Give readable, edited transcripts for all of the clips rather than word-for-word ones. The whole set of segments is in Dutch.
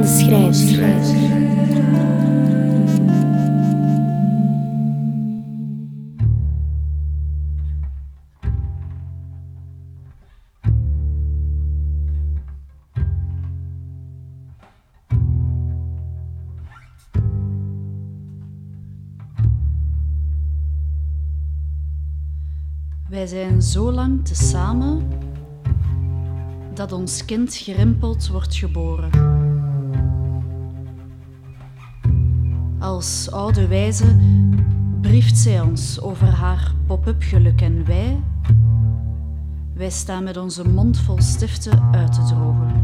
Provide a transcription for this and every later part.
schrijver. Wij zijn zo lang tezamen dat ons kind gerimpeld wordt geboren. Als oude wijze brieft zij ons over haar pop-up geluk en wij staan met onze mond vol stiften uit te drogen.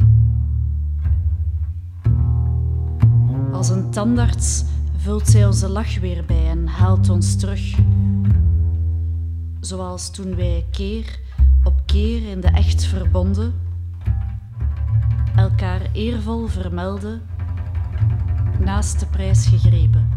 Als een tandarts vult zij onze lach weer bij en haalt ons terug. Zoals toen wij keer op keer in de echt verbonden, elkaar eervol vermelden, naast de prijs gegrepen.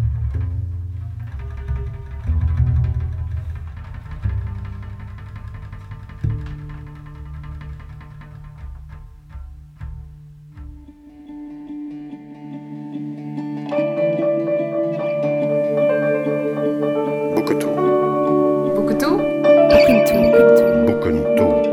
Boeken toe. Boeken toe. Boeken toe.